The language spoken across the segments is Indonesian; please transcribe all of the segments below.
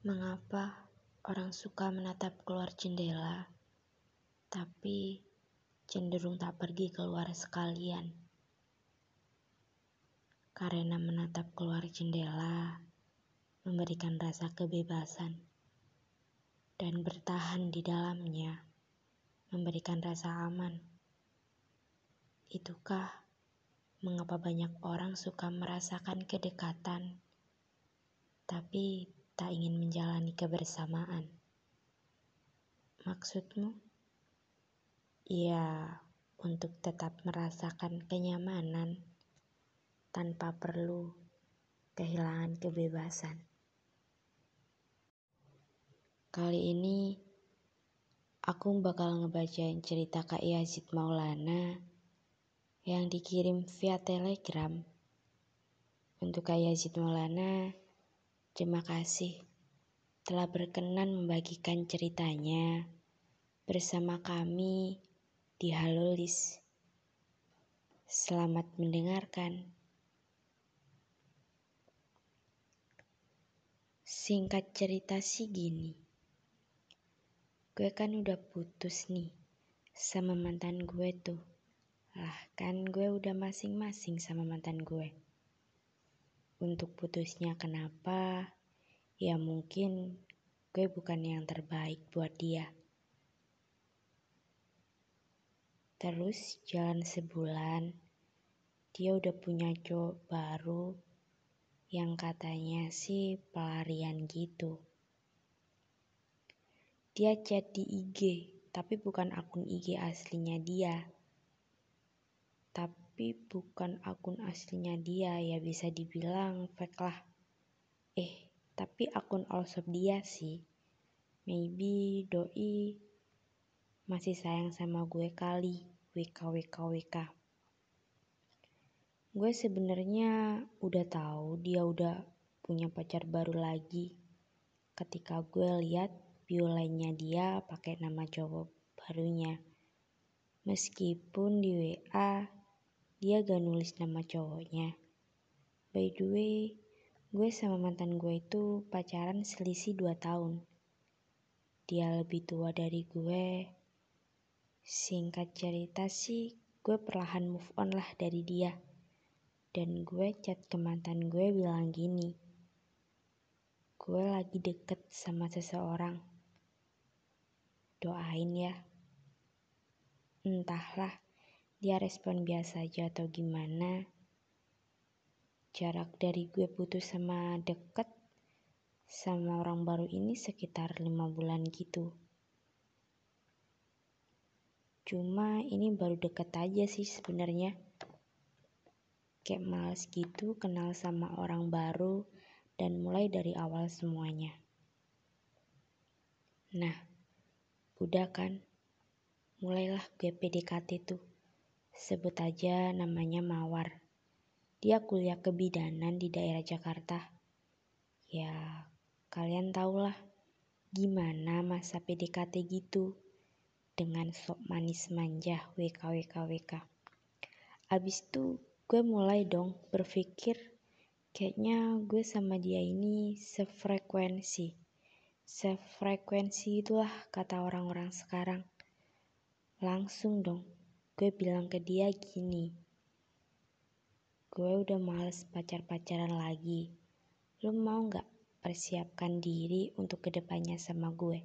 Mengapa orang suka menatap keluar jendela, tapi cenderung tak pergi keluar sekalian? Karena menatap keluar jendela memberikan rasa kebebasan, dan bertahan di dalamnya memberikan rasa aman. Itukah mengapa banyak orang suka merasakan kedekatan, tapi tak ingin menjalani kebersamaan? Maksudmu? Ya, untuk tetap merasakan kenyamanan tanpa perlu kehilangan kebebasan. Kali ini aku bakal ngebacain cerita Kak Yazid Maulana yang dikirim via Telegram. Untuk Kak Yazid Maulana, terima kasih telah berkenan membagikan ceritanya bersama kami di Halolis. Selamat mendengarkan. Singkat cerita sih gini, gue kan udah putus nih sama mantan gue tuh. Lah kan gue udah masing-masing sama mantan gue. Untuk putusnya kenapa? Ya mungkin gue bukan yang terbaik buat dia. Terus jalan sebulan, dia udah punya cowok baru yang katanya sih pelarian gitu. Dia chat di IG, tapi bukan akun IG aslinya dia. Ya bisa dibilang fake lah. Tapi akun allshop dia sih. Maybe doi masih sayang sama gue kali, WK. Gue sebenarnya udah tahu dia udah punya pacar baru lagi ketika gue lihat bio lainnya dia pakai nama cowok barunya. Meskipun di WA dia gak nulis nama cowoknya. By the way, gue sama mantan gue itu pacaran selisih 2 tahun. Dia lebih tua dari gue. Singkat cerita sih, gue perlahan move on lah dari dia. Dan gue chat ke mantan gue bilang gini, gue lagi deket sama seseorang. Doain ya. Entahlah, dia respon biasa aja atau gimana. Jarak dari gue putus sama deket sama orang baru ini sekitar 5 bulan gitu. Cuma ini baru deket aja sih sebenarnya. Kayak males gitu kenal sama orang baru dan mulai dari awal semuanya. Nah, udah kan? Mulailah gue PDKT tuh. Sebut aja namanya Mawar. Dia kuliah kebidanan di daerah Jakarta. Ya, kalian tahulah gimana masa PDKT gitu. Dengan sok manis manja WK. Abis itu gue mulai dong berpikir kayaknya gue sama dia ini sefrekuensi. Sefrekuensi itulah kata orang-orang sekarang. Langsung dong gue bilang ke dia gini, gue udah males pacar-pacaran lagi. Lu mau gak persiapkan diri untuk kedepannya sama gue?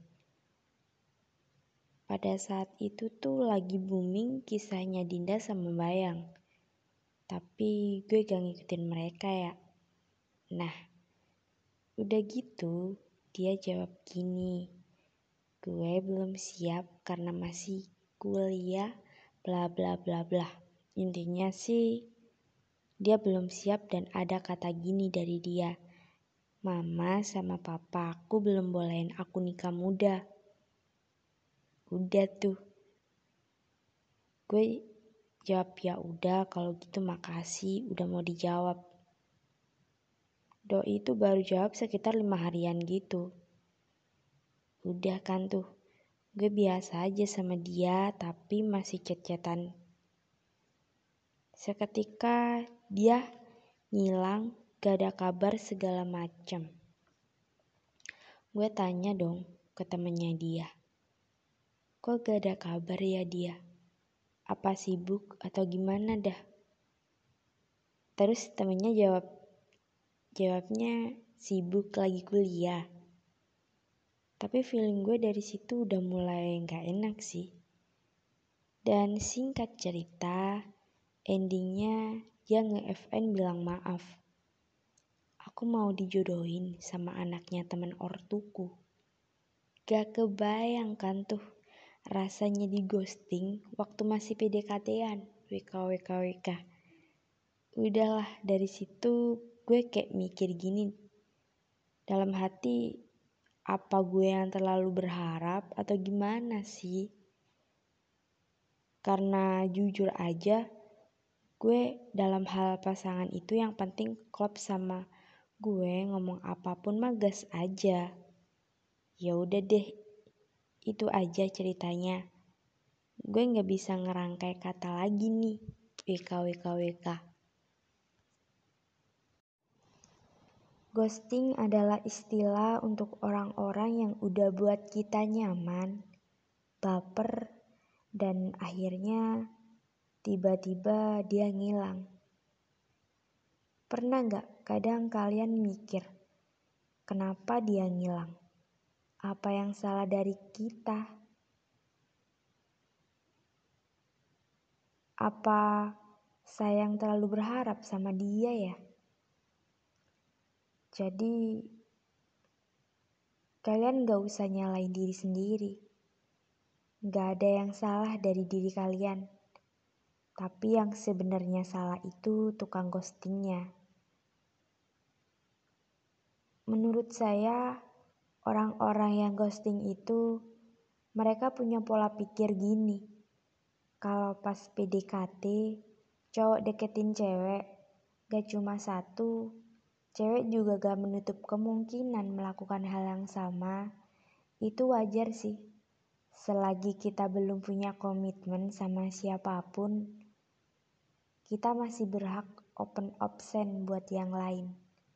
Pada saat itu tuh lagi booming kisahnya Dinda sama Bayang. Tapi gue gak ngikutin mereka ya. Nah, udah gitu dia jawab gini, gue belum siap karena masih kuliah bla bla bla bla. Intinya sih dia belum siap dan ada kata gini dari dia, mama sama papa aku belum bolehin aku nikah muda. Udah tuh. Gue jawab ya udah kalau gitu makasih udah mau dijawab. Doi itu baru jawab sekitar 5 harian gitu. Udah kan tuh. Gue biasa aja sama dia tapi masih chat-chatan. Seketika dia ngilang, gak ada kabar segala macam. Gue tanya dong ke temennya dia, kok gak ada kabar ya dia? Apa sibuk atau gimana dah? Terus temennya jawabnya sibuk lagi kuliah. Tapi feeling gue dari situ udah mulai gak enak sih. Dan singkat cerita, endingnya dia nge-FN bilang maaf. Aku mau dijodohin sama anaknya temen ortuku. Gak kebayangkan tuh rasanya di ghosting waktu masih PDKT-an, WKWKWK. Udahlah dari situ gue kayak mikir gini. Dalam hati, apa gue yang terlalu berharap atau gimana sih? Karena jujur aja, gue dalam hal pasangan itu yang penting klop sama gue, ngomong apapun mah gas aja. Ya udah deh, itu aja ceritanya. Gue gak bisa ngerangkai kata lagi nih, WKWKWK. Ghosting adalah istilah untuk orang-orang yang udah buat kita nyaman, baper, dan akhirnya tiba-tiba dia ngilang. Pernah gak kadang kalian mikir, kenapa dia ngilang? Apa yang salah dari kita? Apa sayang terlalu berharap sama dia ya? Jadi, kalian gak usah nyalain diri sendiri. Gak ada yang salah dari diri kalian. Tapi yang sebenarnya salah itu tukang ghostingnya. Menurut saya, orang-orang yang ghosting itu, mereka punya pola pikir gini. Kalau pas PDKT, cowok deketin cewek, gak cuma satu, cewek juga gak menutup kemungkinan melakukan hal yang sama. Itu wajar sih. Selagi kita belum punya komitmen sama siapapun, kita masih berhak open option buat yang lain.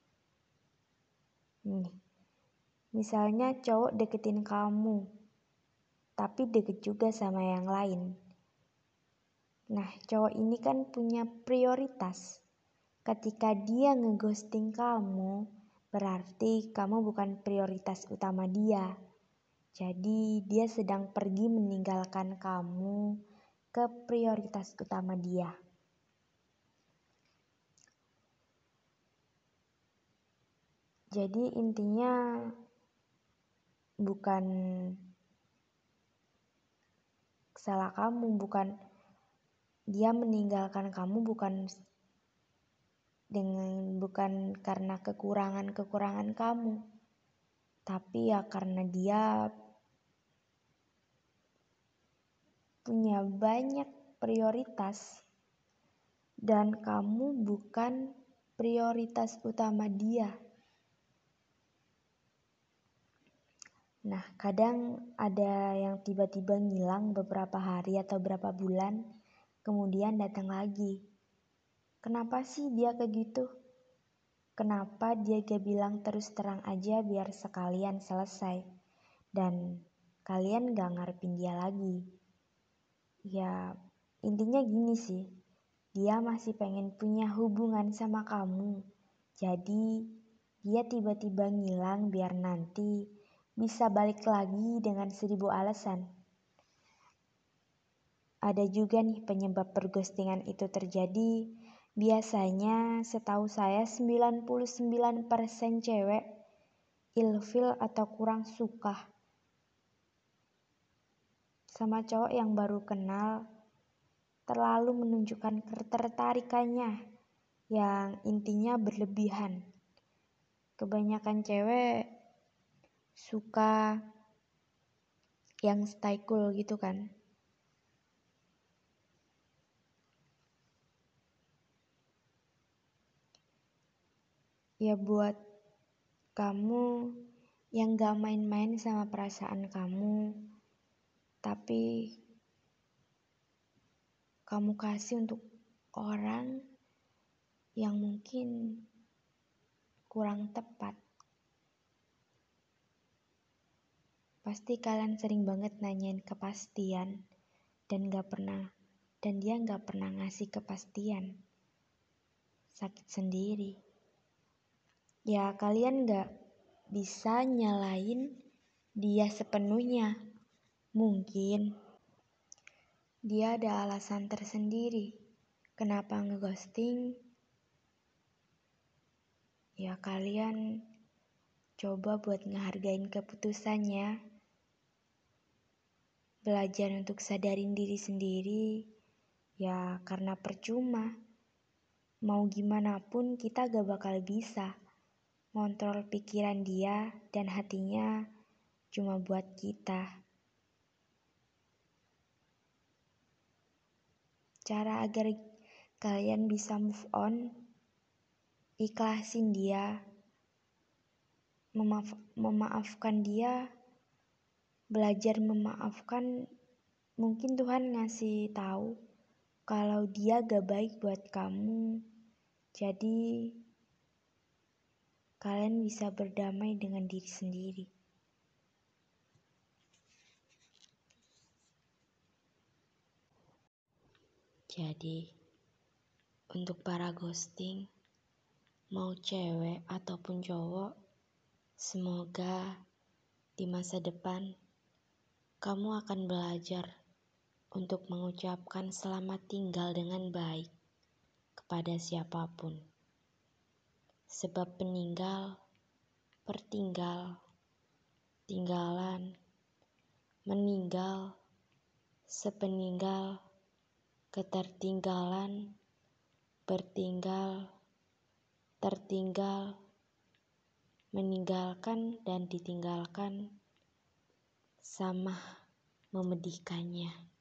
Nih, misalnya cowok deketin kamu, tapi deket juga sama yang lain. Nah, cowok ini kan punya prioritas. Ketika dia ngeghosting kamu, berarti kamu bukan prioritas utama dia. Jadi dia sedang pergi meninggalkan kamu ke prioritas utama dia. Jadi intinya bukan salah kamu, bukan dia meninggalkan kamu bukan karena kekurangan kamu, tapi ya karena dia punya banyak prioritas dan kamu bukan prioritas utama dia. Nah, kadang ada yang tiba-tiba ngilang beberapa hari atau beberapa bulan, kemudian datang lagi. Kenapa sih dia kayak gitu? Kenapa dia gak bilang terus terang aja biar sekalian selesai dan kalian gak ngarepin dia lagi? Ya, intinya gini sih, dia masih pengen punya hubungan sama kamu. Jadi, dia tiba-tiba ngilang biar nanti bisa balik lagi dengan 1000 alasan. Ada juga nih penyebab perghostingan itu terjadi. Biasanya setahu saya 99% cewek ilfil atau kurang suka sama cowok yang baru kenal, terlalu menunjukkan ketertarikannya yang intinya berlebihan. Kebanyakan cewek suka yang stay cool gitu kan. Ya buat kamu yang gak main-main sama perasaan kamu, tapi kamu kasih untuk orang yang mungkin kurang tepat. Pasti kalian sering banget nanyain kepastian dan dia gak pernah ngasih kepastian. Sakit sendiri. Ya kalian gak bisa nyalain dia sepenuhnya. Mungkin dia ada alasan tersendiri kenapa ngeghosting. Ya kalian coba buat ngehargain keputusannya. Belajar untuk sadarin diri sendiri. Ya karena percuma. Mau gimana pun kita gak bakal bisa ngontrol pikiran dia dan hatinya cuma buat kita. Cara agar kalian bisa move on, ikhlasin dia, memaafkan dia, belajar memaafkan. Mungkin Tuhan ngasih tahu kalau dia gak baik buat kamu. Jadi kalian bisa berdamai dengan diri sendiri. Jadi untuk para ghosting, mau cewek ataupun cowok, semoga di masa depan kamu akan belajar untuk mengucapkan selamat tinggal dengan baik kepada siapapun. Sebab pertinggal, tinggalan, meninggal, sepeninggal, ketertinggalan, bertinggal, tertinggal, meninggalkan dan ditinggalkan sama memedihkannya.